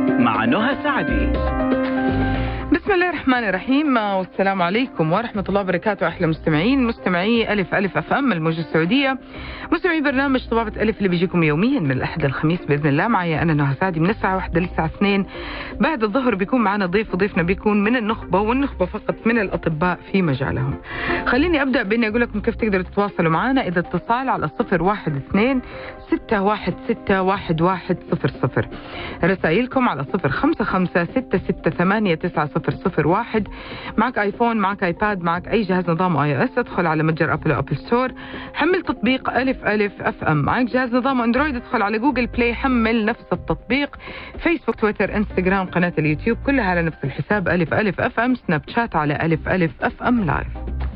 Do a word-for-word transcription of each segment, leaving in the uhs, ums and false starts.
مع نهى سعدي. بسم الله الرحمن الرحيم، والسلام عليكم ورحمة الله وبركاته. أحلى مستمعين مستمعي ألف ألف أف أم الموجة السعودية، مستمعي برنامج طبابة ألف اللي بيجيكم يوميا من الأحد للخميس بإذن الله. معي أنا نهى سعدي من الساعة واحدة للساعة اثنين بعد الظهر. بيكون معنا ضيف، وضيفنا بيكون من النخبة، والنخبة فقط من الأطباء في مجالهم. خليني أبدأ بإني أقول لكم كيف تقدروا تتواصلوا معنا. إذا اتصال على صفر واحد اثنين ستة واحد ستة واحد واحد صفر صفر، رسائلكم على صفر خمسة خمسة ستة ستة ثمانية تسعة صفر صفر واحد. معك آيفون، معك آيباد، معك أي جهاز نظام آي أو إس، ادخل على متجر أبل أو أبل ستور، حمل تطبيق ألف ألف أف أم. معك جهاز نظام أندرويد، ادخل على جوجل بلاي، حمل نفس التطبيق. فيسبوك، تويتر، انستغرام، قناة اليوتيوب، كلها على نفس الحساب ألف ألف أف أم. سناب شات على ألف ألف أف أم لايف.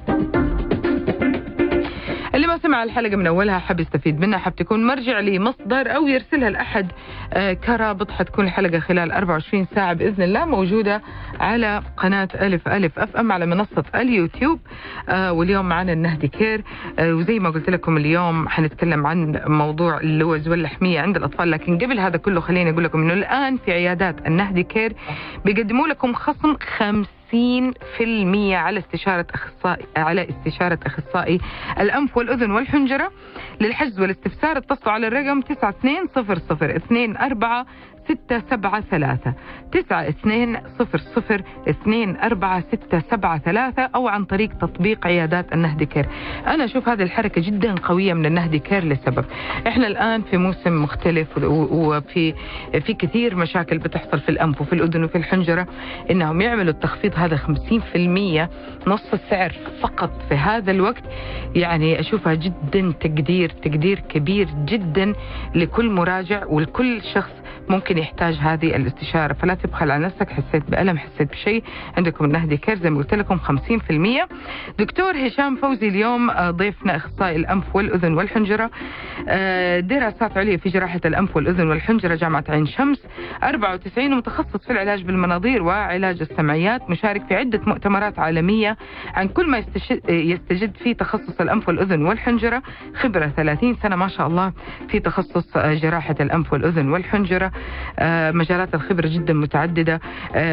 اللي ما سمع الحلقة من أولها حاب يستفيد منها، حاب تكون مرجع لمصدر أو يرسلها لأحد آه كرابط، حتكون الحلقة خلال أربعة وعشرين ساعة بإذن الله موجودة على قناة ألف ألف أف أم على منصة اليوتيوب. آه واليوم معنا النهدي كير، آه وزي ما قلت لكم اليوم حنتكلم عن موضوع اللوز واللحمية عند الأطفال. لكن قبل هذا كله خليني أقول لكم إنه الآن في عيادات النهدي كير بيقدموا لكم خصم خمسين في المية على استشارة أخصائي على استشارة أخصائي الأنف والأذن والحنجرة. للحجز والاستفسار اتصلوا على الرقم تسعة اثنين صفر صفر اثنين أربعة ستة سبعة ثلاثة تسعة اثنين صفر صفر اثنين أربعة ستة سبعة ثلاثة، أو عن طريق تطبيق عيادات النهدي كير. أنا أشوف هذه الحركة جدا قوية من النهدي كير لسبب، إحنا الآن في موسم مختلف، وفي في كثير مشاكل بتحصل في الأنف وفي الأذن وفي الحنجرة. إنهم يعملوا التخفيض هذا خمسين في المية، نص السعر فقط في هذا الوقت، يعني أشوفها جدا تقدير تقدير كبير جدا لكل مراجع ولكل شخص ممكن يحتاج هذه الاستشارة. فلا تبخل على نفسك، حسيت بألم، حسيت بشيء، عندكم النهدي كير زي ما قلت لكم خمسين في المية. دكتور هشام فوزي اليوم ضيفنا، أخصائي الأنف والأذن والحنجرة، دراسات عليا في جراحة الأنف والأذن والحنجرة، جامعة عين شمس، أربعة وتسعين، ومتخصص في العلاج بالمناظير وعلاج السمعيات، مشارك في عدة مؤتمرات عالمية عن كل ما يستجد في تخصص الأنف والأذن والحنجرة، خبرة ثلاثين سنة ما شاء الله في تخصص جراحة الأنف والأذن والحنجرة. مجالات الخبرة جدا متعددة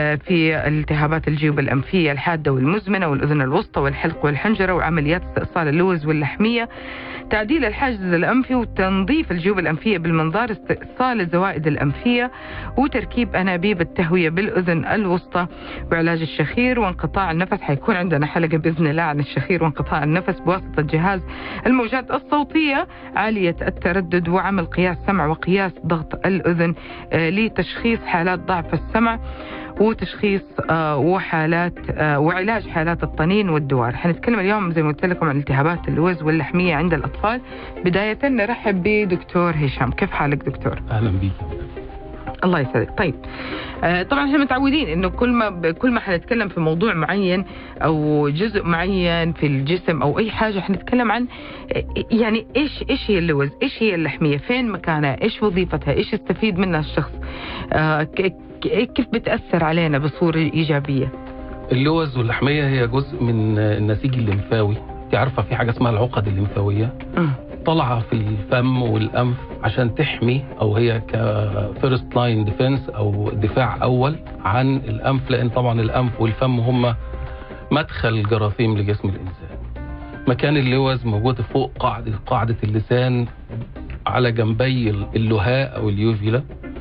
في التهابات الجيوب الأنفية الحادة والمزمنة والأذن الوسطى والحلق والحنجرة، وعمليات استئصال اللوز واللحمية، تعديل الحاجز الأنفي وتنظيف الجيوب الأنفية بالمنظار، استئصال الزوائد الأنفية، وتركيب أنابيب التهوية بالأذن الوسطى، وعلاج الشخير وانقطاع النفس. حيكون عندنا حلقة بإذن الله عن الشخير وانقطاع النفس بواسطة جهاز الموجات الصوتية عالية التردد، وعمل قياس سمع وقياس ضغط الأذن آه لتشخيص حالات ضعف السمع، وتشخيص آه وحالات آه وعلاج حالات الطنين والدوار. حنتكلم اليوم زي ما قلت لكم عن التهابات اللوز واللحمية عند الأطفال. بداية نرحب بدكتور هشام. كيف حالك دكتور؟ أهلا بيك. الله يسعدك. طيب آه طبعا احنا متعودين انه كل ما كل ما حنتكلم في موضوع معين او جزء معين في الجسم او اي حاجه، حنتكلم عن يعني ايش ايش هي اللوز، ايش هي اللحميه، فين مكانها، ايش وظيفتها، ايش يستفيد منها الشخص، آه كيف بتاثر علينا بصوره ايجابيه. اللوز واللحميه هي جزء من النسيج الليمفاوي. انت عارفه في حاجه اسمها العقد الليمفاويه طالعه في الفم والانف عشان تحمي، او هي كفيرست لاين ديفنس او دفاع اول عن الانف، لان طبعا الانف والفم هم مدخل جراثيم لجسم الانسان. مكان اللوز موجود فوق قاعده قاعده اللسان على جنبي اللهاء او اليوفيلا.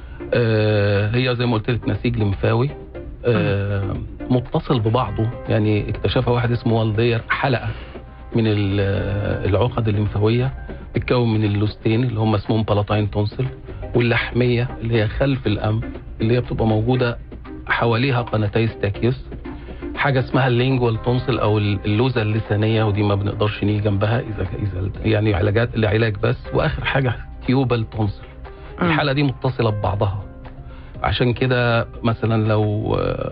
آه هي زي ما قلت لك نسيج لمفاوي آه متصل ببعضه، يعني اكتشفها واحد اسمه والدير، حلقه من العقد الليمفاويه تتكون من اللوستين اللي هم اسمهم بالاتاين تونسل، واللحميه اللي هي خلف الانف اللي هي بتبقى موجوده حواليها قناتي ستاكيوس، حاجه اسمها اللينجوال تونسل او اللوزه اللسانيه، ودي ما بنقدرش نيجي جنبها اذا اذا يعني علاجات لعلاج بس، واخر حاجه تيوبال تونسل. الحلقه دي متصله ببعضها، عشان كده مثلا لو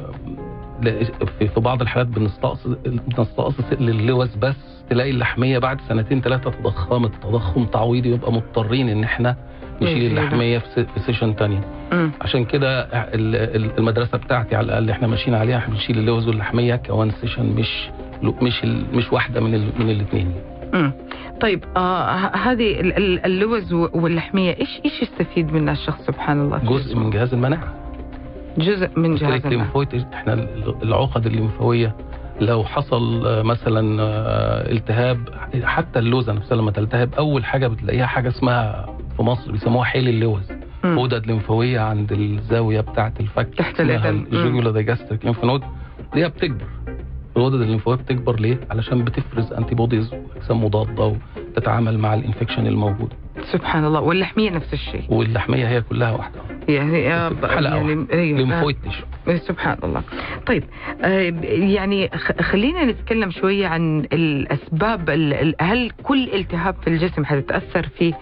في بعض الحالات بنستقص بنستقص للوز بس، تلاقي اللحميه بعد سنتين ثلاثه تضخمت تضخم تعويضي، يبقى مضطرين ان احنا نشيل اللحميه في سيشن تانية. عشان كده المدرسه بتاعتي على الاقل احنا ماشيين عليها، احنا بنشيل اللوز واللحميه كوان سيشن، مش مش مش واحده من ال من الاثنين. طيب آه هذه اللوز واللحميه ايش ايش يستفيد منها الشخص؟ سبحان الله، جزء من جهاز المناعه. جزء من جهاز الليمفاوي. احنا العقد الليمفاويه لو حصل مثلا التهاب، حتى اللوزه نفسها لما تلتهب اول حاجه بتلاقيها حاجه اسمها في مصر بيسموها حيل اللوز، غدد ليمفاويه عند الزاويه بتاعه الفك تحت القدم، الجوجولا دايجاستريك ليمف نود، دي بتكبر. الغدد الليمفاويه بتكبر ليه؟ علشان بتفرز انتي بوديز واجسام مضاده وتتعامل مع الانفكشن الموجود. سبحان الله. واللحميه نفس الشيء، واللحميه هي كلها واحده يعني حلقه يعني ليمفويد تيشو. سبحان الله. طيب يعني خلينا نتكلم شويه عن الاسباب. هل كل التهاب في الجسم حتتاثر في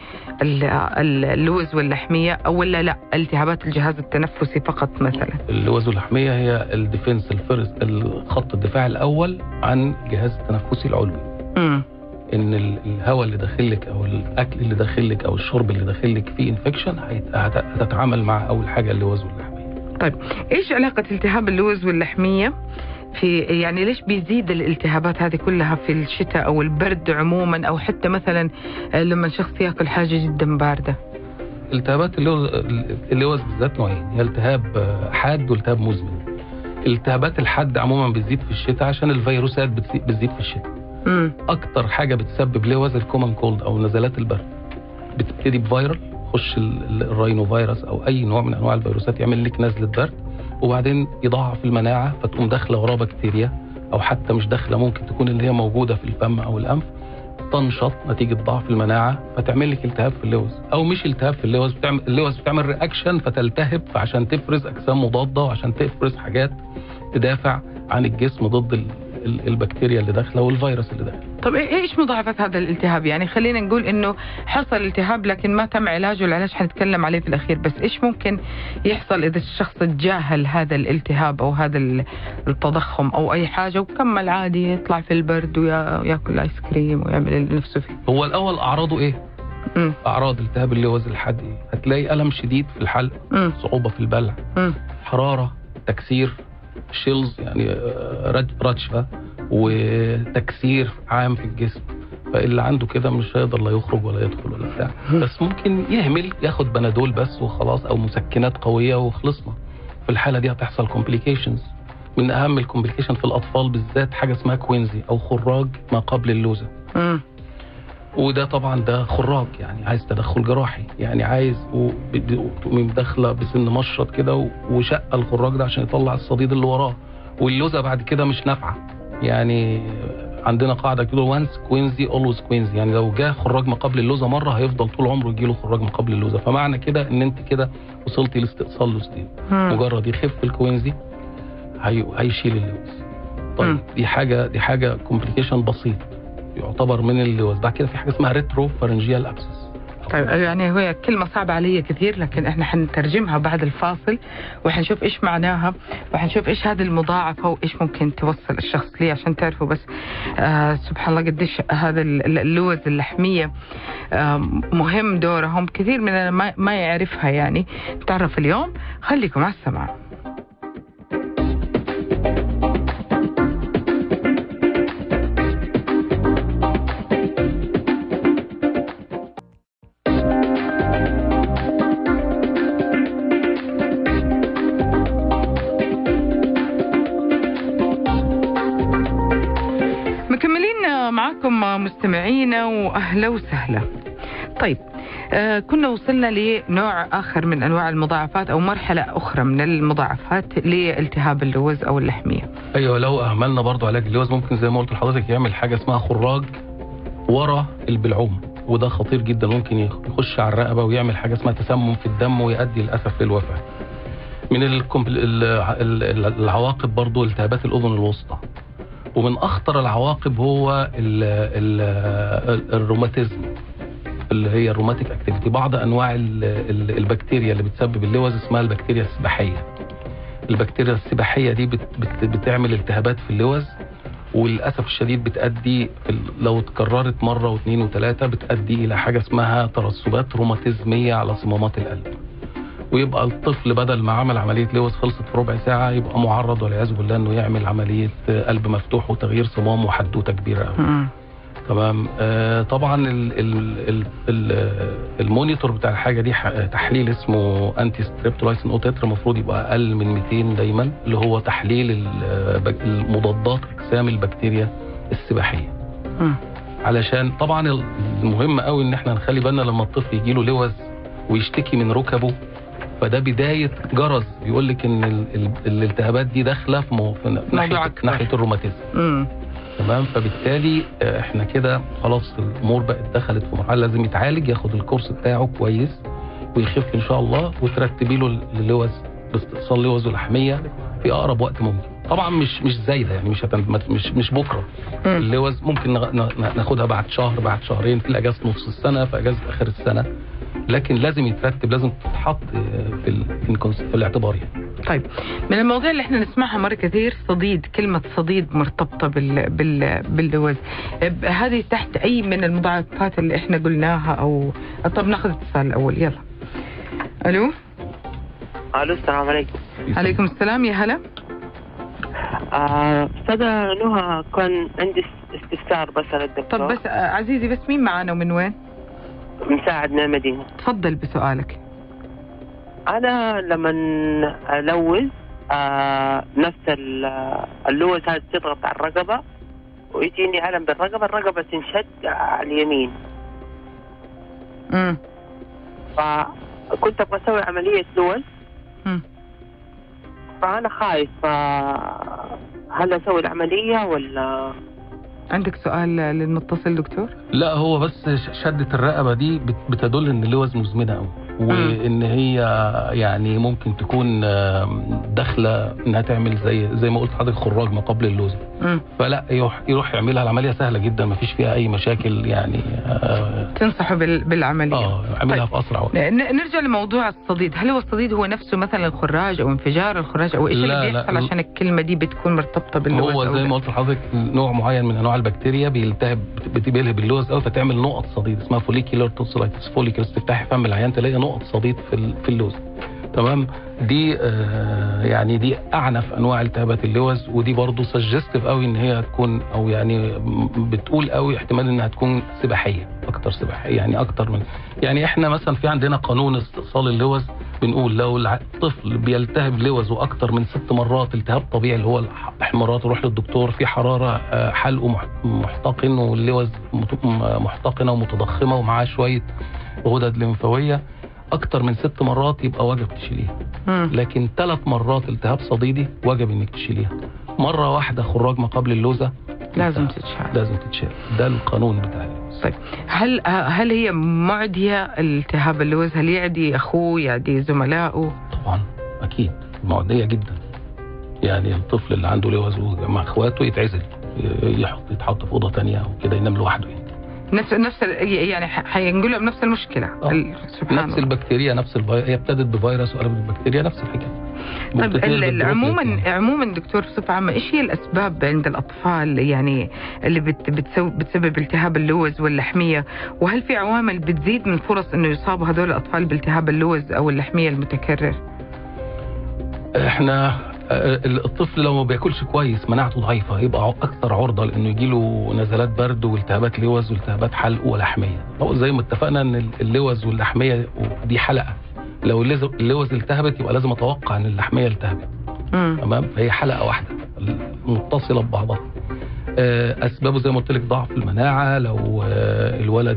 اللوز واللحميه او ولا لا التهابات الجهاز التنفسي فقط؟ مثلا اللوز واللحميه هي الديفنس الفرز، الخط الدفاع الاول عن الجهاز التنفسي العلوي. امم ان الهواء اللي داخلك او الاكل اللي داخلك او الشرب اللي داخلك فيه انفكشن هتتعامل مع اول حاجه اللوز واللحميه. طيب ايش علاقه التهاب اللوز واللحميه في، يعني ليش بيزيد الالتهابات هذه كلها في الشتاء او البرد عموما، او حتى مثلا لما شخص ياكل حاجه جدا بارده؟ التهابات اللوز اللوز بالذات نوعين، هي التهاب حاد والتهاب مزمن. الالتهابات الحاد عموما بتزيد في الشتاء عشان الفيروسات بتزيد في الشتاء. مم. اكتر حاجه بتسبب لوز الكومن كولد او نزلات البرد، بتبتدي بفيرال، خش الراينو فيروس او اي نوع من انواع الفيروسات يعمل لك نزله برد، وبعدين يضاعف المناعه فتقوم داخله وراه بكتيريا، او حتى مش داخله، ممكن تكون اللي هي موجوده في الفم او الانف تنشط نتيجه ضعف المناعه فتعمل لك التهاب في اللوز، او مش التهاب في اللوز، بتعمل اللوز بتعمل رياكشن فتلتهب، فعشان تفرز اجسام مضاده وعشان تفرز حاجات تدافع عن الجسم ضد البكتيريا اللي داخله والفيروس اللي داخله. طب ايش مضاعفات هذا الالتهاب؟ يعني خلينا نقول انه حصل التهاب لكن ما تم علاجه، العلاج حنتكلم عليه في الاخير، بس ايش ممكن يحصل اذا الشخص تجاهل هذا الالتهاب او هذا التضخم او اي حاجه وكمل عادي يطلع في البرد وياكل ايس كريم ويعمل نفسه فيه؟ هو الاول اعراضه ايه؟ م. اعراض التهاب اللوز الحاد هتلاقي الم شديد في الحلق، م. صعوبه في البلع، م. حراره، تكسير، شيلز يعني رشفه وتكسير عام في الجسم، فاللي عنده كده مش هيقدر لا يخرج ولا يدخل ولا بتاع، بس ممكن يهمل ياخد بنادول بس وخلاص او مسكنات قويه وخلصنا. في الحاله دي هتحصل كومبليكيشنز، من اهم الكومبليكيشن في الاطفال بالذات حاجه اسمها كوينزي او خراج ما قبل اللوزه. م. وده طبعا ده خراج يعني عايز تدخل جراحي، يعني عايز تقومي داخله بسن مشرط كده وشق الخراج ده عشان يطلع الصديد اللي وراه، واللوزه بعد كده مش نافعه. يعني عندنا قاعده كده وانس كوينزي اولويز كوينزي، يعني لو جه خراج ما قبل اللوزه مره هيفضل طول عمره يجيله خراج ما قبل اللوزه، فمعنى كده ان انت كده وصلتي لاستئصال لوزتين. مجرد يخف الكوينزي هي... هيشيل اللوز. طيب دي حاجه دي حاجه كومبليكيشن بسيط يعتبر من اللوز. بعد كده في حاجه اسمها ريترو فارنجيال ابسس. طيب يعني هي كلمه صعبه علي كثير، لكن احنا حنترجمها بعد الفاصل وحنشوف ايش معناها وحنشوف ايش هذه المضاعفه وايش ممكن توصل الشخص ليه، عشان تعرفوا بس آه سبحان الله قديش هذا اللوز اللحميه آه مهم دورهم. كثير مننا ما, ما يعرفها، يعني تعرف اليوم. خليكم على السماع. معكم مستمعينا واهلا وسهلا. طيب آه كنا وصلنا لنوع اخر من انواع المضاعفات او مرحله اخرى من المضاعفات لالتهاب اللوز او اللحميه. ايوه لو اهملنا برضو علاج اللوز ممكن زي ما قلت لحضرتك يعمل حاجه اسمها خراج ورا البلعوم، وده خطير جدا، ممكن يخش على الرقبه ويعمل حاجه اسمها تسمم في الدم ويؤدي للاسف للوفاه. من العواقب برضو التهابات الاذن الوسطى، ومن اخطر العواقب هو ال ال الروماتيزم اللي هي الروماتيك اكتيفيتي. بعض انواع ال ال البكتيريا اللي بتسبب اللوز اسمها البكتيريا السباحيه. البكتيريا السباحيه دي بت بت بتعمل التهابات في اللوز، وللاسف الشديد بتؤدي لو اتكررت مره واثنين وثلاثه بتؤدي الى حاجه اسمها ترسبات روماتيزميه على صمامات القلب، ويبقى الطفل بدل ما عمل عمليه لوز خلصت في ربع ساعه يبقى معرض والعياذ بالله انه يعمل عمليه قلب مفتوح وتغيير صمام وحدوته كبيره قوي. تمام. آه طبعا ال ال ال ال المونيتور بتاع الحاجه دي تحليل اسمه انتي ستريبتولايسين او تتر، المفروض يبقى اقل من مئتين دايما، اللي هو تحليل المضادات اجسام البكتيريا السباحيه. م. علشان طبعا المهم قوي ان احنا نخلي بالنا لما الطفل يجي له لوز ويشتكي من ركبه، فده بدايه جرس بيقول لك ان ال ال الالتهابات دي داخله في, مو في ناحيه, ناحية الروماتيزم. تمام. فبالتالي احنا كده خلاص الامور بقت دخلت في مرحله لازم يتعالج، ياخد الكورس بتاعه كويس ويخف ان شاء الله، وترتبي له اللوز باستئصال لوز ولحميه في اقرب وقت ممكن. طبعا مش مش زايده يعني، مش مش مش بكره. اللوز ممكن ناخدها بعد شهر، بعد شهرين، في الاجازه نص السنه، في اجازه اخر السنه، لكن لازم يترتب، لازم تتحط في في الاعتبار يعني. طيب، من المواضيع اللي احنا نسمعها مرة كثير صديد، كلمة صديد مرتبطة بال بال باللوز، هذه تحت أي من المضاعفات اللي احنا قلناها أو؟ طب ناخذ اتصال الأول، يلا. ألو. ألو، السلام عليكم. عليكم السلام، يا هلا. أستاذة نهى، كان عندي استفسار بس على الدكتور. طب بس عزيزي، بس مين معانا ومن وين؟ مساعد من المدينة. تفضل بسؤالك. أنا لما ألوز آه نفس اللوز هذا تضغط على الرقبة ويجيني ألم بالرقبة، الرقبة تنشد على اليمين. امم فكنت أبغى أسوي عملية لوز. امم فأنا خايف، هل أسوي العملية ولا؟ عندك سؤال للمتصل دكتور؟ لا، هو بس شدة الرقبة دي بتدل ان اللوز مزمنة قوي، وان هي يعني ممكن تكون داخله انها تعمل زي زي ما قلت حضرتك خراج ما قبل اللوز. فلا، يروح يروح يعملها. العمليه سهله جدا، ما فيش فيها اي مشاكل يعني. آه تنصحوا بالعمليه؟ اه اعملها في اسرع وقت. نرجع لموضوع الصديد، هل هو الصديد هو نفسه مثلا الخراج او انفجار الخراج او ايش اللي بيحصل عشان الكلمه دي بتكون مرتبطه باللوز؟ هو زي ما قلت لحضرتك نوع معين من انواع البكتيريا بيلتهب بتبلها باللوز او فتعمل نقط صديد اسمها فوليكيولار توسيلايتس. فوليكلز، تفتحي فم العيان تلاقي نقط صديد في في اللوز. تمام. دي آه يعني دي اعنف انواع التهابات اللوز، ودي برضو سجستيف قوي ان هي تكون، او يعني بتقول قوي احتمال انها تكون سباحيه، اكتر سباحيه يعني، اكتر من يعني احنا مثلا في عندنا قانون استئصال اللوز بنقول لو الطفل بيلتهب لوز واكتر من ست مرات التهاب طبيعي اللي هو الاحمرات، يروح للدكتور. في حراره، حلقه محتقن واللوز محتقنه ومتضخمه ومعاه شويه غدد لمفاويه، اكتر من ست مرات يبقى واجب تشيليها. لكن ثلاث مرات التهاب صديدي واجب انك تشيليها. مره واحده خراج ما قبل اللوزه لازم تتشال، لازم تتشال. ده القانون بتاع اللوز. طيب، هل هل هي معديه التهاب اللوز؟ هل يعدي اخوه، يعدي زملائه؟ طبعا اكيد معديه جدا. يعني الطفل اللي عنده لوز مع اخواته يتعزل، يحط يتحط في اوضه ثانيه وكده، ينام لوحده يعني. نفس نفس يعني هينقلوا بنفس المشكله. سبحان نفس الله. البكتيريا نفس الفيروس، هي ابتدت بفيروس وقلبت ببكتيريا، نفس الحكايه. طيب عموما عموما دكتور بصفه عامه، ايش هي الاسباب عند الاطفال يعني اللي بت بتسو بتسبب التهاب اللوز واللحميه؟ وهل في عوامل بتزيد من فرص انه يصابوا هذول الاطفال بالتهاب اللوز او اللحميه المتكرر؟ احنا الطفل لو ما بياكلش كويس مناعته ضعيفه يبقى اكثر عرضه لانه يجي له نزلات برد والتهابات لوز والتهابات حلق ولحميه. زي ما اتفقنا ان اللوز واللحميه دي حلقه، لو اللوز التهبت يبقى لازم اتوقع ان اللحميه التهبت. تمام. فهي حلقه واحده متصله ببعضها. اسبابه زي ما قلت لك ضعف المناعه، لو الولد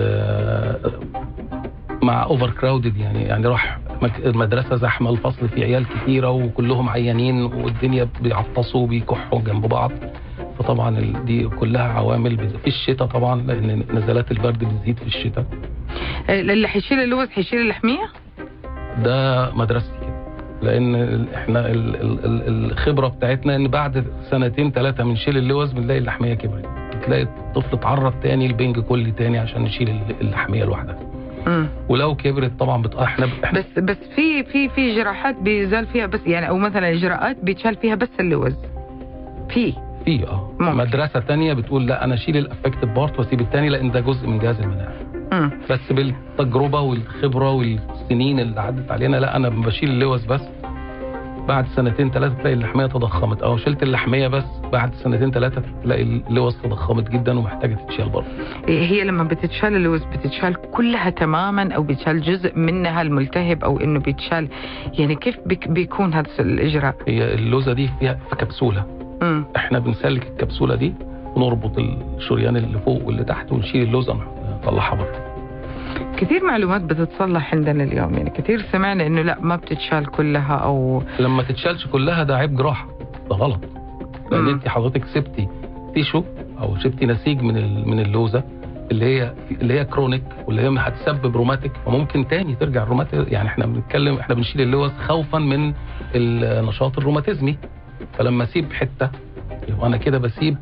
مع اوفر كراودد يعني يعني راح المدرسه زحمه، الفصل فيه عيال كثيره وكلهم عيانين والدنيا بيعطسوا وبيكحوا جنب بعض، فطبعا دي كلها عوامل في الشتاء طبعا، لان نزلات البرد بتزيد في الشتاء. اللي هيشيل اللوز هيشيل اللحميه؟ ده مدرستي كده، لان احنا الخبره بتاعتنا ان بعد سنتين ثلاثه من شيل اللوز بنلاقي اللحميه كبرت، بتلاقي الطفل اتعرض تاني لبنج كلي تاني عشان نشيل اللحميه لوحدها. مم. ولو كبرت طبعا بت... احنا بس بس في في في جراحات بيزال فيها بس يعني، او مثلا اجراءات بيتشال فيها بس اللوز. في في اه ممكن. مدرسه ثانيه بتقول لا انا اشيل الافكتيف بارت واسيب الثاني لان ده جزء من جهاز المناعه. مم. بس بالتجربه والخبره والسنين اللي عدت علينا لا انا بشيل اللوز بس بعد سنتين ثلاثه تلاقي اللحميه تضخمت، او شلت اللحميه بس بعد سنتين ثلاثه تلاقي اللوز تضخمت جدا ومحتاجه تتشال برضه. هي لما بتتشال اللوز بتتشال كلها تماما او بتشال جزء منها الملتهب، او انه بيتشال يعني كيف بيك بيكون هذا الاجراء؟ هي اللوزه دي فيها في كبسوله، م. احنا بنسلك الكبسوله دي ونربط الشريان اللي فوق واللي تحت ونشيل اللوزه نطلعها بره. كثير معلومات بتتصلح عندنا اليوم، يعني كثير سمعنا انه لا ما بتتشال كلها، او لما تتشالش كلها ده عيب جراحه، ده غلط، لان انت حضرتك سبتي تيشو او سبتي نسيج من من اللوزه اللي هي اللي هي كرونيك واللي هي هتسبب روماتيك وممكن تاني ترجع روماتيك. يعني احنا بنتكلم احنا بنشيل اللوز خوفا من النشاط الروماتيزمي، فلما اسيب حته يبقى انا كده بسيب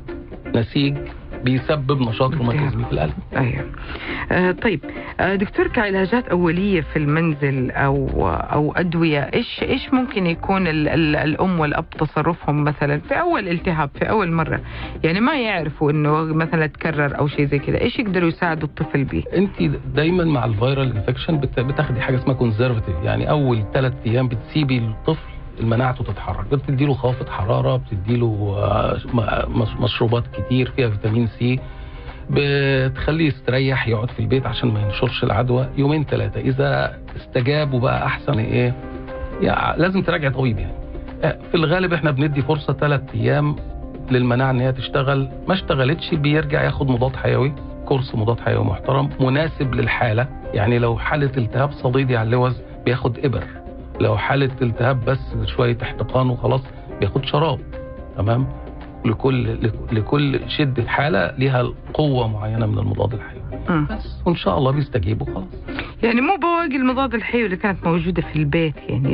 نسيج بيسبب نشاط روماتيزمي في القلب. ايوه. آه طيب آه دكتور، كعلاجات اوليه في المنزل او او ادويه، ايش ايش ممكن يكون ال ال الام والاب تصرفهم مثلا في اول التهاب في اول مره، يعني ما يعرفوا انه مثلا تكرر او شيء زي كذا، ايش يقدروا يساعدوا الطفل به؟ انت دايما مع الفيرال انفكشن بتاخدي حاجه اسمها كونزرفتيف، يعني اول ثلاث ايام بتسيبي الطفل مناعته تتحرك، بتدي له خافض حراره، بتدي له مشروبات كتير فيها فيتامين سي، بتخليه يستريح يقعد في البيت عشان ما ينشرش العدوى يومين ثلاثه. اذا استجاب وبقى احسن ايه يعني لازم تراجع طبيب. يعني في الغالب احنا بندي فرصه ثلاث ايام للمناعه ان هي تشتغل، ما اشتغلتش بيرجع ياخد مضاد حيوي، كورس مضاد حيوي محترم مناسب للحاله. يعني لو حاله التهاب صديدي على اللوز بياخد ابر، لو حالة التهاب بس شوية احتقان وخلاص بياخد شراب. تمام، لكل لكل شدة حالة ليها قوة معينة من المضاد الحيوي بس، وإن شاء الله بيستجيبوا خلاص. يعني مو بواقي المضاد الحيوي اللي كانت موجودة في البيت، يعني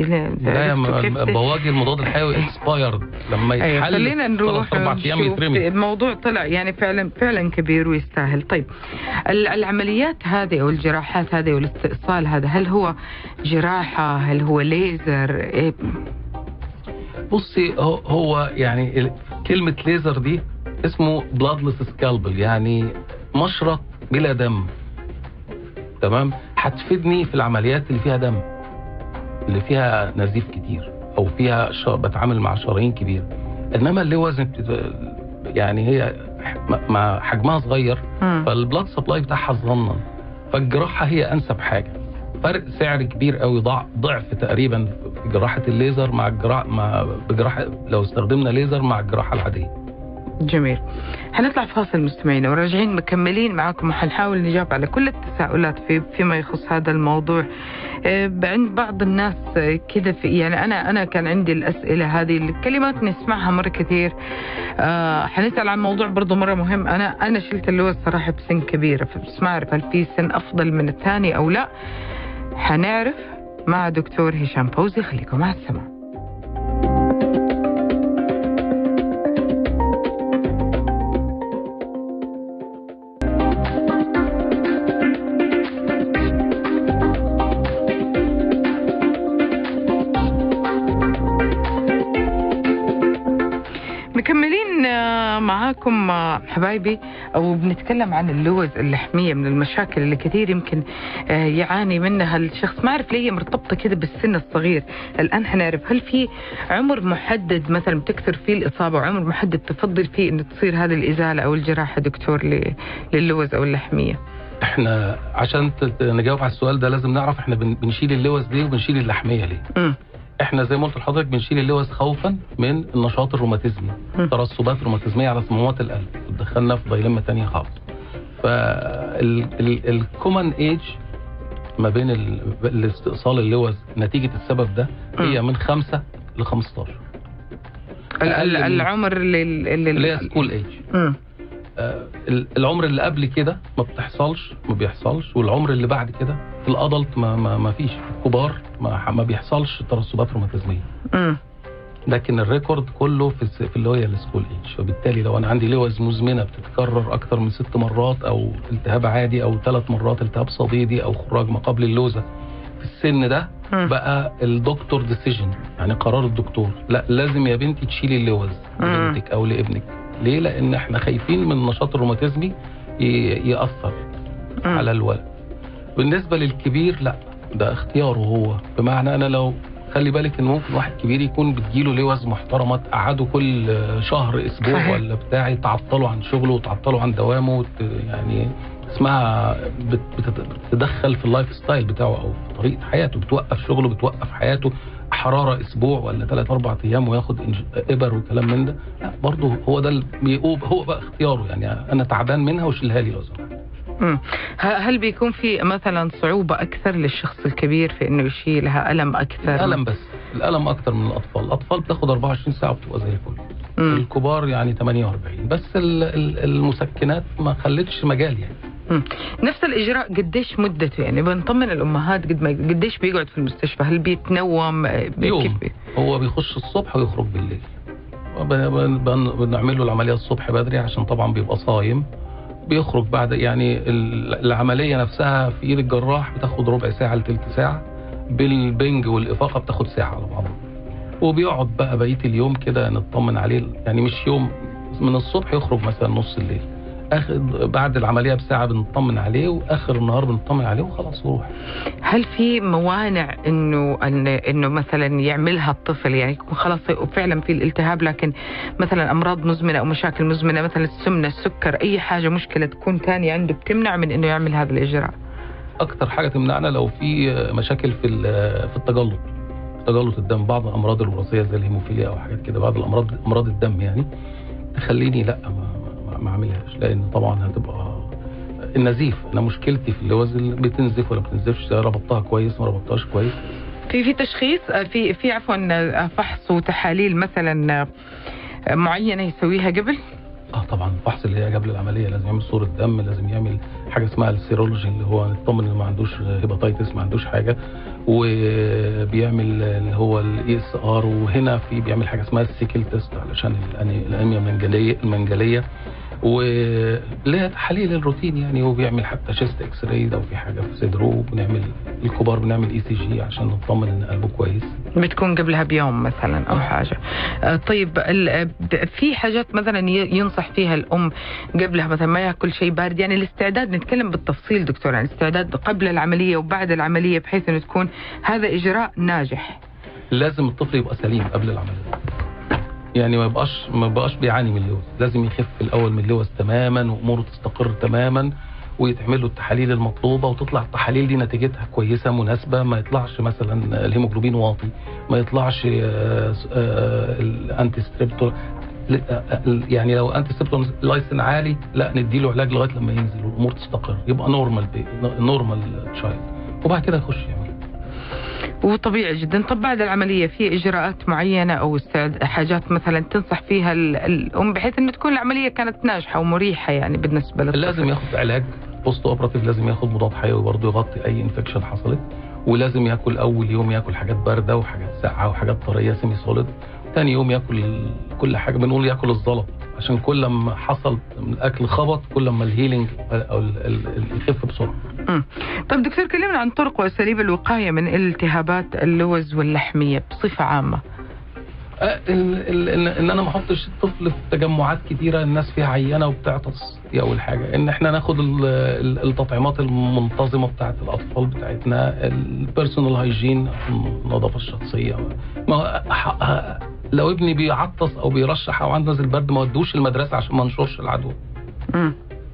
لا بواقي المضاد الحيوي اكسبايرد لما يتحل. أيوة. خلينا نروح نشوف الموضوع طلع يعني فعلا فعلا كبير ويستاهل. طيب العمليات هذه او الجراحات هذه والاستئصال هذا، هل هو جراحة، هل هو ليزر؟ إيه؟ بصي هو, هو يعني كلمة ليزر دي اسمه بلادلس سكالبل، يعني مشرط بلا دم. تمام، هتفيدني في العمليات اللي فيها دم، اللي فيها نزيف كتير او فيها بتعامل مع شرايين كبير. انما اللوز يعني هي مع حجمها صغير فالبلاد سبلاي بتاعها صغنن، فالجراحة هي انسب حاجة. فرق سعر كبير قوي، ضعف تقريبا في جراحة الليزر مع الجراحة مع بجراحة لو استخدمنا ليزر مع الجراحة العادية. جميل. هنطلع فاصل مستمعينا وراجعين مكملين معاكم، وحنحاول نجاوب على كل التساؤلات في فيما يخص هذا الموضوع. عند بعض الناس كده في يعني انا انا كان عندي الاسئله هذه، الكلمات نسمعها مره كثير. آه حنسال عن موضوع برضه مره مهم. انا انا شلت اللوز صراحه بسن كبيره، فبس ما اعرف هل في سن افضل من الثاني او لا. حنعرف مع دكتور هشام فوزي، خليكم مع السماع. مكملين معاكم حبايبي، او بنتكلم عن اللوز اللحميه، من المشاكل اللي كثير يمكن يعاني منها الشخص. ما اعرف ليه مرتبطه كده بالسن الصغير. الان حنعرف هل في عمر محدد مثلا بتكثر فيه الاصابه، وعمر محدد تفضل فيه انه تصير هذه الازاله او الجراحه دكتور للوز او اللحميه؟ احنا عشان نجاوب على السؤال ده لازم نعرف احنا بنشيل اللوز ليه وبنشيل اللحميه ليه. م. احنا زي ما قلت لحضرتك بنشيل اللوز خوفا من النشاط الروماتيزمي، ترسبات روماتيزميه على صمامات القلب بتدخلنا في دايلما تانية خالص. فالكومن ايج ما بين الاستئصال اللوز نتيجه السبب ده هي من خمسة ل خمستاشر. العمر اللي اللي هي سكول ايج. آه العمر اللي قبل كده ما بتحصلش ما بيحصلش، والعمر اللي بعد كده في الادلت ما ما, ما فيش، الكبار ما, ما بيحصلش ترسبات روماتيزميه. لكن الريكورد كله في في اللي هي السكول ايج. فبالتالي لو انا عندي لوز مزمنه بتتكرر اكتر من ست مرات، او التهاب عادي، او ثلاث مرات التهاب صديدي، او خراج ما قبل اللوزه في السن ده، م. بقى الدكتور ديسيجن، يعني قرار الدكتور، لا لازم يا بنتي تشيلي اللوز لبنتك او لابنك. ليه؟ لان احنا خايفين من النشاط الروماتيزمي يأثر م. على الولد. بالنسبه للكبير لا، ده اختياره هو، بمعنى انا لو خلي بالك ان ممكن واحد كبير يكون بتجيله لوز محترمه تقعده كل شهر اسبوع ولا بتاع، تعطله عن شغله وتعطله عن دوامه، يعني اسمها بتتدخل في اللايف ستايل بتاعه او في طريقه حياته، بتوقف شغله بتوقف حياته، حراره اسبوع ولا ثلاث اربع ايام وياخد ابر وكلام من ده. لا برضه هو ده بيقوم، هو بقى اختياره، يعني انا تعبان منها وشيلها لي لو سمحت. امم هل بيكون في مثلا صعوبة أكثر للشخص الكبير في إنه يشيلها، ألم أكثر؟ الألم بس، الألم أكثر من الأطفال، الأطفال بتاخد أربعة وعشرين ساعة وبتبقى زي الفل. الكبار يعني ثمانية وأربعين، بس المسكنات ما خلتش مجال يعني. مم. نفس الإجراء قديش مدته؟ يعني بنطمن الأمهات قد ما قديش بيقعد في المستشفى؟ هل بيتنوم؟ يوم بي؟ هو بيخش الصبح ويخرج بالليل، بنعمل له العملية الصبح بدري عشان طبعا بيبقى صايم، بيخرج بعد يعني العملية نفسها في ايد الجراح بتاخد ربع ساعة لتلت ساعة، بالبنج والإفاقة بتاخد ساعة على بعضها، وبيقعد بقى بقية اليوم كده نطمن عليه، يعني مش يوم من الصبح يخرج مثلا نص الليل، اخر بعد العملية بساعة بنطمن عليه، واخر النهار بنطمن عليه وخلاص وروح. هل في موانع انه انه مثلا يعملها الطفل، يعني يكون خلاص فعلا في الالتهاب لكن مثلا امراض مزمنة او مشاكل مزمنة مثلا السمنة السكر اي حاجة مشكلة تكون ثانية عنده بتمنع من انه يعمل هذا الاجراء؟ اكتر حاجة تمنعنا لو في مشاكل في في التجلط، تجلط الدم، بعض الامراض الوراثية زي الهيموفيليا او حاجات كده، بعض الامراض امراض الدم يعني تخليني لا ما ما اعملهاش، لان طبعا هتبقى النزيف. انا مشكلتي في اللوز اللي بتنزف ولا بتنزفش، ربطتها كويس ما ربطتهاش كويس. في في تشخيص في في عفوا فحص وتحاليل مثلا معينه يسويها قبل؟ اه طبعا الفحص اللي هي قبل العمليه لازم يعمل صوره دم، لازم يعمل حاجه اسمها السيرولوجي اللي هو نطمن ان ما عندوش هيباتيتس، ما عندوش حاجه، وبيعمل اللي هو الاي اس ار، وهنا في بيعمل حاجه اسمها السيكل تيست علشان الانيميا المنجليه المنجليه، ولها تحاليل الروتين يعني، وبيعمل حتى شيست اكس راي لو في حاجه في صدره، وبنعمل الكبار بنعمل اي سي جي عشان نطمن ان قلبه كويس. بتكون قبلها بيوم مثلا او حاجه. طيب في حاجات مثلا ينصح فيها الام قبلها مثلا ما ياكل شيء بارد، يعني الاستعداد نتكلم بالتفصيل دكتور، يعني الاستعداد قبل العمليه وبعد العمليه بحيث انه تكون هذا اجراء ناجح. لازم الطفل يبقى سليم قبل العمليه، يعني ما يبقاش ما يبقاش بيعاني من اللوز، لازم يخف الاول من اللوز تماما واموره تستقر تماما، ويتعمل له التحاليل المطلوبه، وتطلع التحاليل دي نتيجتها كويسه مناسبه، ما يطلعش مثلا الهيموجلوبين واطي، ما يطلعش الانتي ستريبتول، يعني لو انتي ستريبتول لايسن عالي لا نديله علاج لغايه لما ينزل والامور تستقر، يبقى نورمال نورمال تشايلد، وبعد كده يخش يعمل. وطبيعي جدا. طب بعد العملية في إجراءات معينة أو حاجات مثلا تنصح فيها الأم بحيث أن تكون العملية كانت ناجحة ومريحة يعني بالنسبة للطفل؟ لازم ياخد علاج بوست اوبراتيف، لازم ياخد مضاد حيوي برضه يغطي أي انفكشن حصلت، ولازم ياكل أول يوم ياكل حاجات باردة وحاجات ساقعة وحاجات طرية سيمي سوليد، ثاني يوم ياكل كل حاجة، بنقول ياكل الزلط عشان كل ما حصل الأكل خبط كل ما الهيلينج أو يخف بسرعة. امم طب دكتور كلمنا عن طرق وأساليب الوقاية من التهابات اللوز واللحمية بصفة عامة. أه ان ان انا ما احطش الطفل في تجمعات كتيره الناس فيها عيانه وبتعطس، دي اول حاجه. ان احنا ناخد التطعيمات المنتظمه بتاعه الاطفال بتاعتنا، البيرسونال هايجين، النظافه الشخصيه. ما لو ابني بيعطس او بيرشح او عنده نزل برد ما ودوش المدرسه عشان ما ننشرش العدوى. امم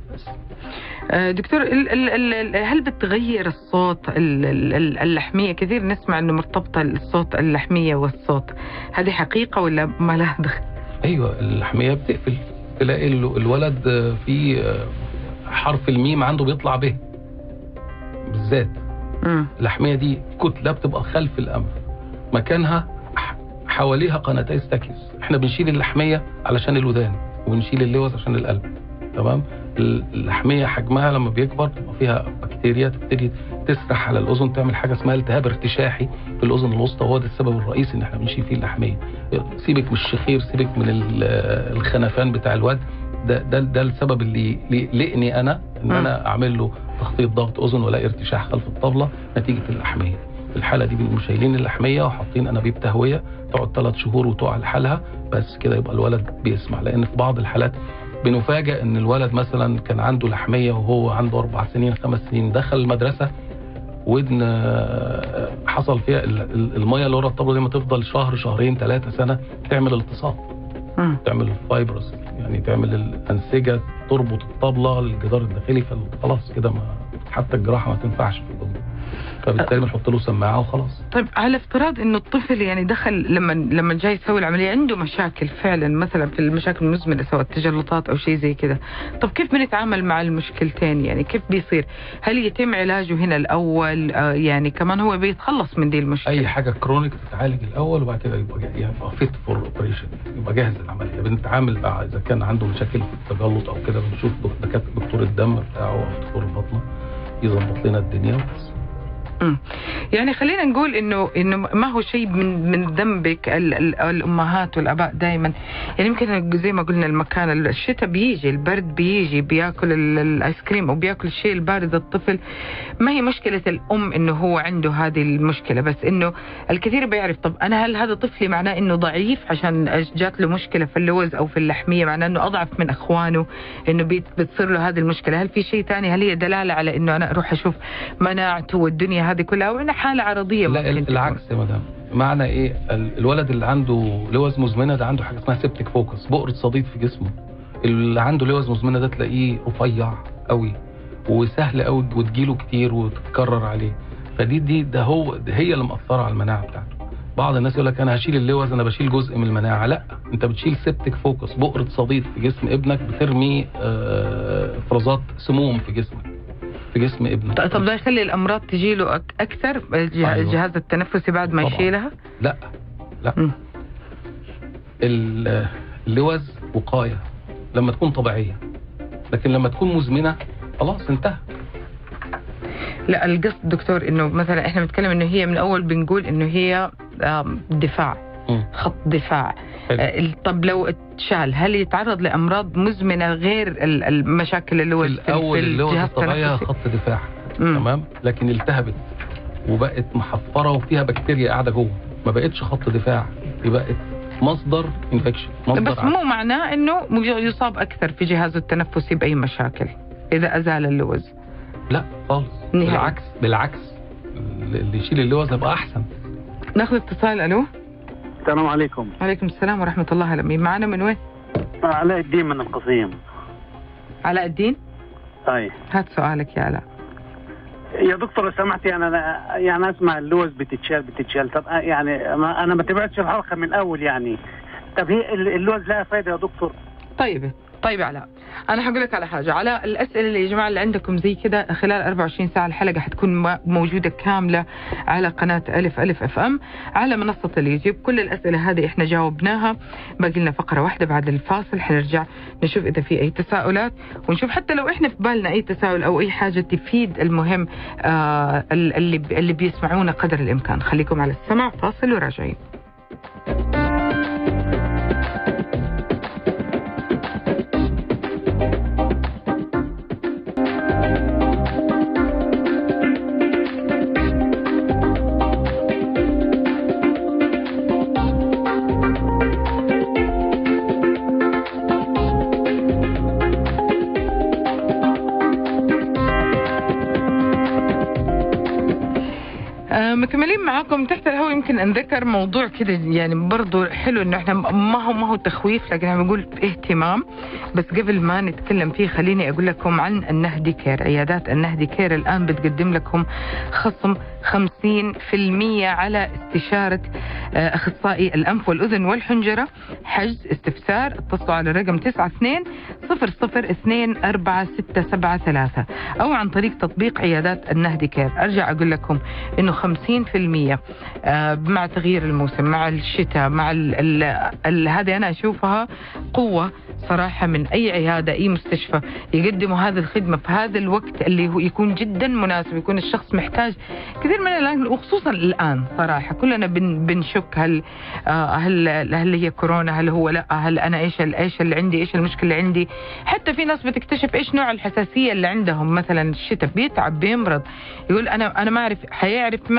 دكتور هل بتغير الصوت اللحمية؟ كثير نسمع انه مرتبطة الصوت اللحمية والصوت، هذه حقيقة ولا ما لها دخل؟ ايوه اللحمية بتقفل، تلاقي الولد في حرف الميم عنده بيطلع به بالذات. اللحمية دي كتلة بتبقى خلف الأنف، مكانها حواليها قناتي ستاكيوس، احنا بنشيل اللحمية علشان الودان ونشيل اللوز عشان القلب، تمام؟ اللحمية حجمها لما بيكبر بيبقى فيها بكتيريا تبتدي تسرح على الأذن، تعمل حاجة اسمها التهاب ارتشاحي في الأذن الوسطى، وهو ده السبب الرئيسي ان احنا بنشيل فيه اللحمية. سيبك من الشخير، سيبك من الخنفان بتاع الواد، ده ده ده السبب اللي لقني انا ان انا اعمل له تخطيط ضغط أذن ولا ارتشاح خلف الطبلة نتيجة اللحمية. في الحالة دي بنقوم شايلين اللحمية وحاطين انابيب تهوية تقعد ثلاث شهور وتقع لحالها، بس كده يبقى الولد بيسمع. لان في بعض الحالات بنفاجئ ان الولد مثلا كان عنده لحمية وهو عنده اربع سنين خمس سنين، دخل المدرسة ودن حصل فيها الميه اللي ورا الطبله دي ما تفضل شهر شهرين ثلاثه سنه تعمل التصاق، تعمل فايبروس، يعني تعمل الانسجه تربط الطبله للجدار الداخلي، فخلاص كده ما حتى الجراحه ما تنفعش في الأذن، فبالتالي بنحط له سماعه وخلاص. طيب على افتراض انه الطفل يعني دخل لما لما جاي يسوي العمليه عنده مشاكل فعلا، مثلا في المشاكل المزمنه سواء تجلطات او شيء زي كده، طب كيف بنتعامل مع المشكلتين؟ يعني كيف بيصير؟ هل يتم علاجه هنا الاول؟ آه يعني كمان هو بيتخلص من دي المشكله؟ اي حاجه كرونيك تتعالج الاول وبعد كده يبقى يعني فيت فور اوبريشن، يبقى جاهز للعمليه. بنتعامل بقى اذا كان عنده مشاكل في التجلط او كده بنشوف دكتور الدم بتاعه او دكتور البطنه يظبط لنا الدنيا وبس. يعني خلينا نقول انه انه ما هو شيء من من ذنبك. الامهات والاباء دائما يعني يمكن زي ما قلنا المكان، الشتاء بيجي، البرد بيجي، بياكل الايس كريم او بياكل الشيء البارد الطفل، ما هي مشكله الام انه هو عنده هذه المشكله، بس انه الكثير بيعرف طب انا هل هذا طفلي معناه انه ضعيف عشان جات له مشكله في اللوز او في اللحميه، معناه انه اضعف من اخوانه انه بتصير له هذه المشكله؟ هل في شيء ثاني؟ هل هي دلاله على انه انا اروح اشوف مناعته والدنيا هذه كلها، وإنها حالة عرضية؟ لا العكس يا مدام. معنى ايه؟ الولد اللي عنده لوز مزمنه ده عنده حاجه اسمها سيبتيك فوكس، بؤره صديد في جسمه. اللي عنده لوز مزمنه ده تلاقيه رفيع قوي وسهل قوي وتجيله كتير وتتكرر عليه، فدي دي ده هو ده هي اللي مأثره على المناعه بتاعته. بعض الناس يقول لك انا هشيل اللوز، انا بشيل جزء من المناعه. لا، انت بتشيل سيبتيك فوكس، بؤره صديد في جسم ابنك بترمي افرازات سموم في جسمك في جسم ابنك. طب ده يخلي الامراض تجي له اكثر، الجهاز أيوة. التنفسي بعد ما طبعا. يشيلها؟ لا لا م. اللوز وقايه لما تكون طبيعيه، لكن لما تكون مزمنه خلاص انتهى. لا القصد دكتور انه مثلا احنا بنتكلم انه هي من اول بنقول انه هي دفاع، م. خط دفاع. حلو. طب لو اتشال هل يتعرض لامراض مزمنه غير المشاكل اللي في الاول اللوز الطبيعيه خط دفاع م. تمام، لكن التهبت وبقت محفره وفيها بكتيريا قاعده جوه، ما بقتش خط دفاع، دي بقت مصدر انفكشن. بس عادي. مو معناه انه يصاب اكثر في جهازه التنفسي باي مشاكل اذا ازال اللوز. لا خالص، بالعكس بالعكس اللي يشيل اللوز يبقى احسن. ناخذ اتصال. الو السلام عليكم. وعليكم السلام ورحمة الله. هلا، مين معنا من وين؟ علاء الدين من القصيم. علاء الدين؟ اي. هات سؤالك يا علاء. يا دكتور لو سمحتي، انا يعني اسمع اللوز بتتشال بتتشال، طب يعني انا ما تابعتش الحلقة من اول يعني، طب هي اللوز لها فايدة يا دكتور؟ طيب طيب يا علاء، انا هقول لك على حاجه. على الاسئله اللي يا جماعه اللي عندكم زي كده خلال أربعة وعشرين ساعه الحلقه حتكون موجوده كامله على قناه الف الف اف ام على منصه اليوتيوب. كل الاسئله هذه احنا جاوبناها، باقي لنا فقره واحده بعد الفاصل حنرجع نشوف اذا في اي تساؤلات، ونشوف حتى لو احنا في بالنا اي تساؤل او اي حاجه تفيد المهم آه اللي اللي بيسمعونا قدر الامكان. خليكم على السمع، فاصل وراجعين. مكملين معاكم تحت الهواء. يمكن انذكر موضوع كده يعني برضو حلو انه احنا ما هو ما هو تخويف، لكن احنا بنقول اهتمام. بس قبل ما نتكلم فيه خليني اقول لكم عن النهدي كير. عيادات النهدي كير الان بتقدم لكم خصم خمسين بالمئة على استشارة اخصائي الانف والاذن والحنجرة. حجز استفسار اتصلوا على الرقم تسعة اثنين صفر صفر اثنين أربعة ستة سبعة ثلاثة او عن طريق تطبيق عيادات النهدي كير. ارجع اقول لكم انه خمسين بالمئة مع تغيير الموسم، مع الشتاء، مع ال ال ال هذه انا اشوفها قوة صراحة من اي عيادة اي مستشفى يقدموا هذه الخدمة في هذا الوقت اللي هو يكون جدا مناسب، يكون الشخص محتاج كثير من الآن، وخصوصا الآن صراحة كلنا بن بنشك هل هل هل هي كورونا، هل هو لا، هل أنا إيش إيش اللي عندي، إيش المشكلة اللي عندي. حتى في ناس بتكتشف إيش نوع الحساسية اللي عندهم، مثلا الشتاء بيتعب بيمرض، يقول أنا أنا ما أعرف، حيعرف مع طبيب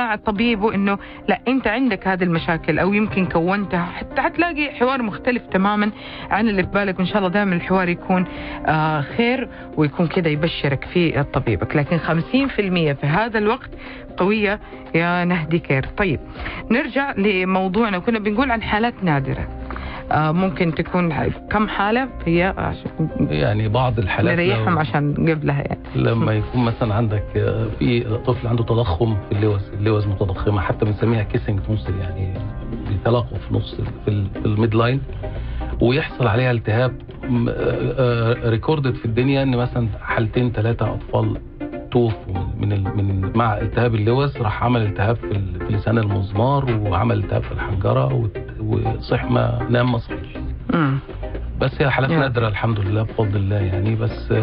طبيبه انه لا انت عندك هذه المشاكل او يمكن كونتها، حتى حتلاقي حوار مختلف تماما عن اللي في بالك. وان شاء الله دائما الحوار يكون آه خير ويكون كده يبشرك في طبيبك. لكن خمسين بالمئة في هذا الوقت قوية يا نهدي كير. طيب نرجع لموضوعنا، كنا بنقول عن حالات نادرة. آه ممكن تكون كم حالة هي عشان يعني بعض الحالات نريحهم عشان قبلها يعني لما يكون مثلا عندك في طفل عنده تضخم في اللوز، اللوز متضخمة حتى بنسميها كيسنج تونسل، يعني بتلاقوا في نص في الميد لاين ويحصل عليها التهاب. ريكوردد في الدنيا ان مثلا حالتين ثلاثة اطفال توفوا من من مع التهاب اللوز، راح عمل التهاب في لسان المزمار وعمل التهاب في الحنجرة وصح ما نام ما صحيش. بس هي حالات نادرة الحمد لله بفضل الله يعني. بس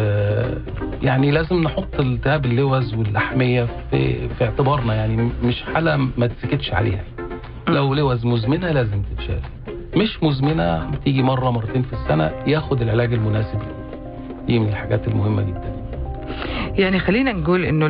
يعني لازم نحط التهاب اللوز واللحمية في في اعتبارنا، يعني مش حالة ما تسكتش عليها. لو لوز مزمنة لازم تتشال، مش مزمنة بتيجي مرة مرتين في السنة ياخد العلاج المناسب. دي من الحاجات المهمة جدا. يعني خلينا نقول انه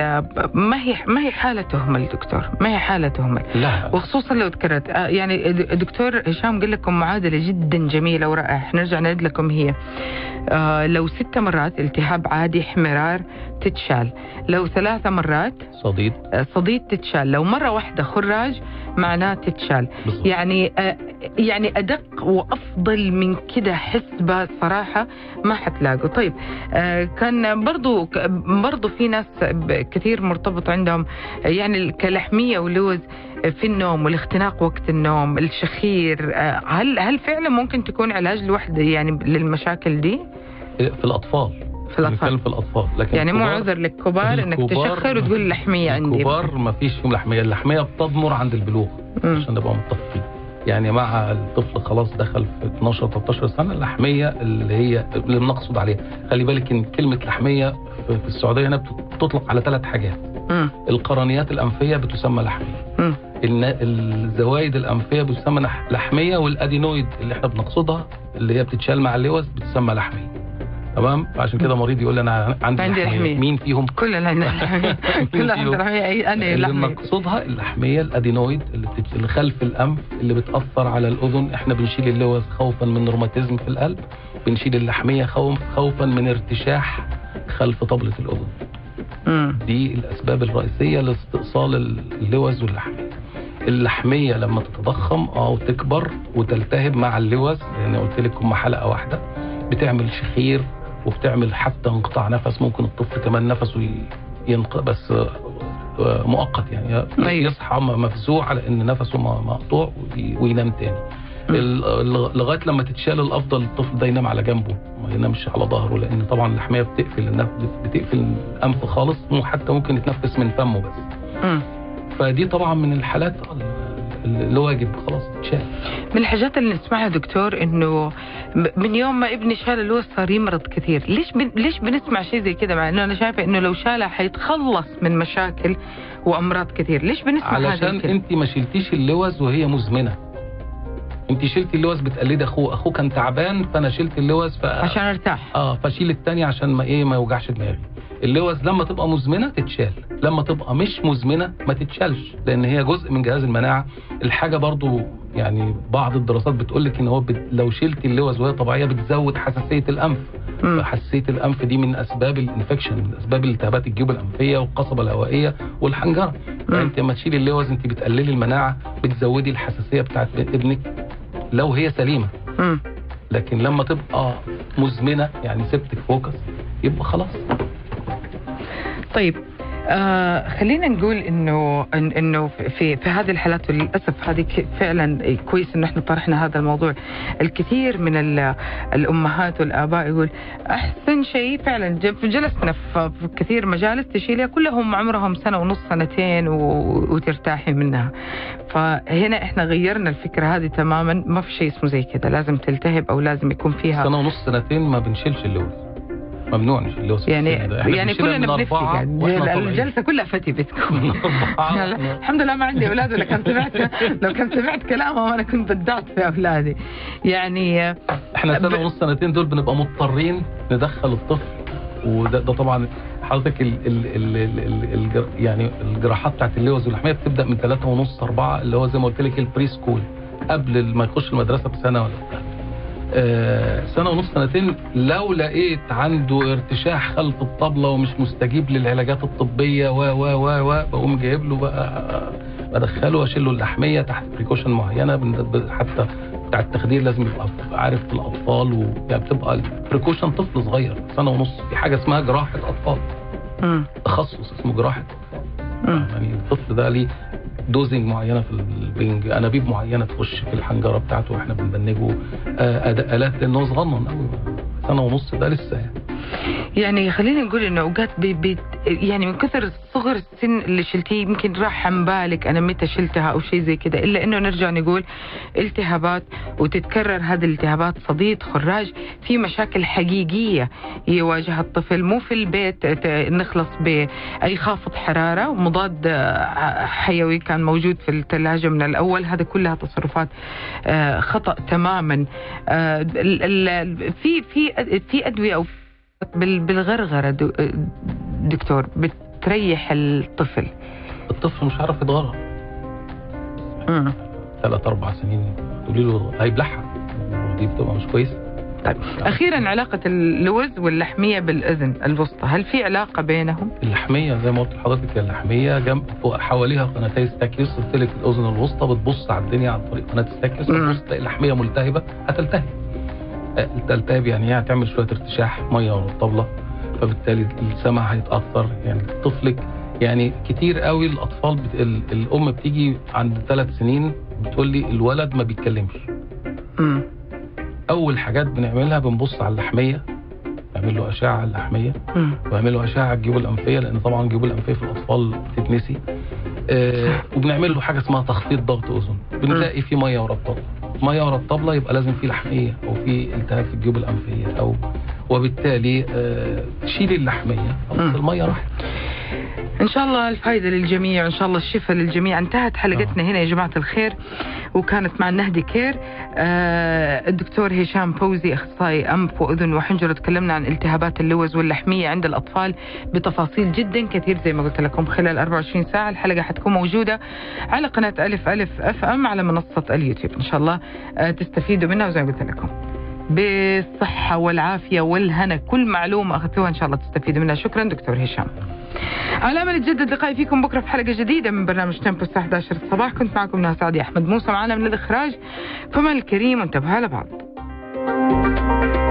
ما هي ما هي حاله تهمل دكتور، ما هي حاله تهمل، لا. وخصوصا لو تكررت. يعني الدكتور هشام قال لكم معادله جدا جميله ورائعه، نرجع نعيد لكم هي. آه لو ست مرات التهاب عادي احمرار تتشال، لو ثلاثة مرات صديد آه صديد تتشال، لو مرة واحدة خراج معناه تتشال. بالضبط. يعني آه يعني أدق وأفضل من كده حسبة صراحة ما حتلاقوا. طيب آه كان برضو برضو في ناس كثير مرتبط عندهم يعني كلحمية ولوز في النوم والاختناق وقت النوم، الشخير. آه هل هل فعلا ممكن تكون علاج لوحده يعني للمشاكل دي؟ في الأطفال في الأطفال في الأطفال لكن يعني مو عذر للكبار انك تشخر وتقول اللحمية عندي. الكبار ما فيش فيهم لحمية، اللحمية بتضمر عند البلوغ عشان نبقى متفقين. يعني مع الطفل خلاص دخل في اثناشر ثلاثة عشر سنة اللحمية اللي هي اللي بنقصد عليها. خلي بالك ان كلمة لحمية في السعودية هنا بتطلق على ثلاث حاجات. م. القرنيات الأنفية بتسمى لحمية، الزوايد الأنفية بتسمى لحمية، والأدينويد اللي احنا بنقصدها اللي هي بتتشال مع اللوز بتسمى لحمية. تمام. فعشان كده مريض يقول لي انا عندي لحمية. لحمية. مين فيهم؟ كلنا عندنا لحمية. كلنا عندنا لحمية. انا اللي نقصدها اللحمية الادينويد اللي, بتج... اللي خلف الانف اللي بتاثر على الاذن. احنا بنشيل اللوز خوفا من روماتيزم في القلب، بنشيل اللحمية خوف خوفا من ارتشاح خلف طبلة الاذن. م. دي الاسباب الرئيسية لاستئصال اللوز واللحمية. اللحمية لما تتضخم او تكبر وتلتهب مع اللوز، لان قلت لكم حلقة واحدة، بتعمل شخير وبتعمل حتى انقطاع نفس. ممكن الطفل كمان نفسه ينقطع بس مؤقت، يعني يصحى مفزوع على ان نفسه مقطوع وينام تاني. لغايه لما تتشال الافضل الطفل ده ينام على جنبه ما ينامش على ظهره، لان طبعا اللحميه بتقفل النفس بتقفل الانف خالص، وحتى ممكن يتنفس من فمه بس. م. فدي طبعا من الحالات اللي واجب خلاص تتشال. من الحاجات اللي نسمعها دكتور انه من يوم ما ابني شال اللوز صار يمرض كثير. ليش بن... ليش بنسمع شيء زي كده، مع انه انا شايفه انه لو شالها حيتخلص من مشاكل وامراض كثير؟ ليش بنسمع هذا؟ علشان انت ما شلتيش اللوز وهي مزمنه. انت شلتي اللوز بتقلدي اخوه، اخوه كان تعبان فانا شلت اللوز ف... عشان ارتاح. اه فشيل الثاني عشان ما ايه ما يوجعش دماغي. اللوز لما تبقى مزمنه تتشال، لما تبقى مش مزمنه ما تتشالش، لان هي جزء من جهاز المناعه. الحاجه برضو يعني بعض الدراسات بتقول لك ان هو بت... لو شلت اللوز وهي طبيعيه بتزود حساسيه الانف. فحساسيه الانف دي من اسباب الانفكشن، من اسباب الالتهابات الجيوب الانفيه والقصبه الهوائيه والحنجره. يعني انت لما تشيلي اللوز انت بتقللي المناعه، بتزودي الحساسيه بتاعت ابنك لو هي سليمه. م. لكن لما تبقى مزمنه يعني سبتك فوكس يبقى خلاص. طيب آه خلينا نقول انه انه في في هذه الحالات، وللاسف هذه كفعلا كويس انه احنا طرحنا هذا الموضوع. الكثير من الامهات والاباء يقول احسن شيء فعلا جلسنا في كثير مجالس تشيلها كلهم عمرهم سنه ونص سنتين وترتاحي منها. فهنا احنا غيرنا الفكره هذه تماما، ما في شيء اسمه زي كده، لازم تلتهب او لازم يكون فيها سنه ونص سنتين ما بنشيلش اللوز، ممنوع نشيل اللوز يعني يعني كلنا بنفتي يعني الجلسه كلها فتي بتكون. الحمد لله ما عندي اولاد، ولا كان سمعت لو كان سمعت كلامهم انا كنت بدعت في اولادي. يعني احنا سنه ونص سنتين دول بنبقى مضطرين ندخل الطفل، وده ده طبعا حضرتك ال ال ال ال ال يعني الجراحات بتاعت اللوز واللحميه بتبدا من ثلاثة ونص أربعة، اللي هو زي ما قلت لك البري سكول، قبل ما يخش المدرسه بسنه ولا بتاع. آه سنه ونص سنتين لو لقيت عنده ارتشاح خلف الطبله ومش مستجيب للعلاجات الطبيه و و و و بقوم جايب له بقى، بدخله واشيل له اللحميه تحت بريكوشن معينه، حتى بتاع التخدير لازم يبقى عارف الاطفال، ويعني بتبقى البريكوشن طفل صغير سنه ونص في حاجه اسمها جراحه اطفال، تخصص اسمه جراحه اطفال. يعني الطفل ده ليه دوزنج معينه في البنج، انابيب معينه تخش في الحنجره بتاعته واحنا بنبنجه، الات لانه صغنن قوي سنه ونص ده لسه يعني. يعني خلينا نقول انه اوقات بي بي يعني من كثر صغر السن اللي شلتيه يمكن راح عن بالك انا متى شلتها او شيء زي كده، الا انه نرجع نقول التهابات وتتكرر هذه الالتهابات صديد خراج، في مشاكل حقيقيه يواجهها الطفل، مو في البيت نخلص باي خافض حراره ومضاد حيوي كان موجود في الثلاجه من الاول، هذا كلها تصرفات خطا تماما. في في في ادويه او بالغرغرة دكتور بتريح الطفل؟ الطفل مش عارف يتغرغر ثلاث أربع سنين تقولي له هيبلعها، ودي بتبقى مش كويسة. طيب أخيرا علاقة اللوز واللحمية بالأذن الوسطى، هل في علاقة بينهم؟ اللحمية زي ما قلت لحضرتك اللحمية جنب حواليها قناتي ستاكيوس، قلت لك الأذن الوسطى بتبص على الدنيا عن طريق قناة ستاكيوس، تبص تلاقي اللحمية ملتهبة هتلتهب. التلتهب يعني هي هتعمل شويه ارتشاح ميه ورا الطبله، فبالتالي السمع هيتاثر. يعني طفلك يعني كتير قوي الاطفال بت... ال... الام بتيجي عند ثلاث سنين بتقول لي الولد ما بيتكلمش. امم اول حاجات بنعملها بنبص على اللحميه، نعمل له اشعه على اللحميه، ونعمل له اشعه على الجيوب الانفيه، لان طبعا الجيوب الانفيه في الاطفال بتتنسي. آه وبنعمل له حاجه اسمها تخفيض ضغط اذن، بنلاقي في ميه ورا الطبله، ميه ورا الطبله يبقى لازم في لحميه او في التهاب في الجيوب الانفيه، او وبالتالي آه تشيل اللحميه خلاص الميه راحت. ان شاء الله الفائده للجميع، ان شاء الله الشفاء للجميع. انتهت حلقتنا هنا يا جماعه الخير، وكانت مع نهدي كير. آه الدكتور هشام فوزي اخصائي انف واذن وحنجره، تكلمنا عن التهابات اللوز واللحميه عند الاطفال بتفاصيل جدا كثير زي ما قلت لكم خلال أربعة وعشرين ساعه. الحلقه حتكون موجوده على قناه الف الف اف ام على منصه اليوتيوب، ان شاء الله آه تستفيدوا منها، وزي ما قلت لكم بالصحه والعافيه والهنا، كل معلومه اخذتوها ان شاء الله تستفيدوا منها. شكرا دكتور هشام. على امل يتجدد لقائي فيكم بكره في حلقه جديده من برنامج تيمبو الساعه إحدى عشرة الصباح. كنت معكم نهى سعدي، احمد موسى معنا من الاخراج، فمن الكريم وانتبهوا على بعض.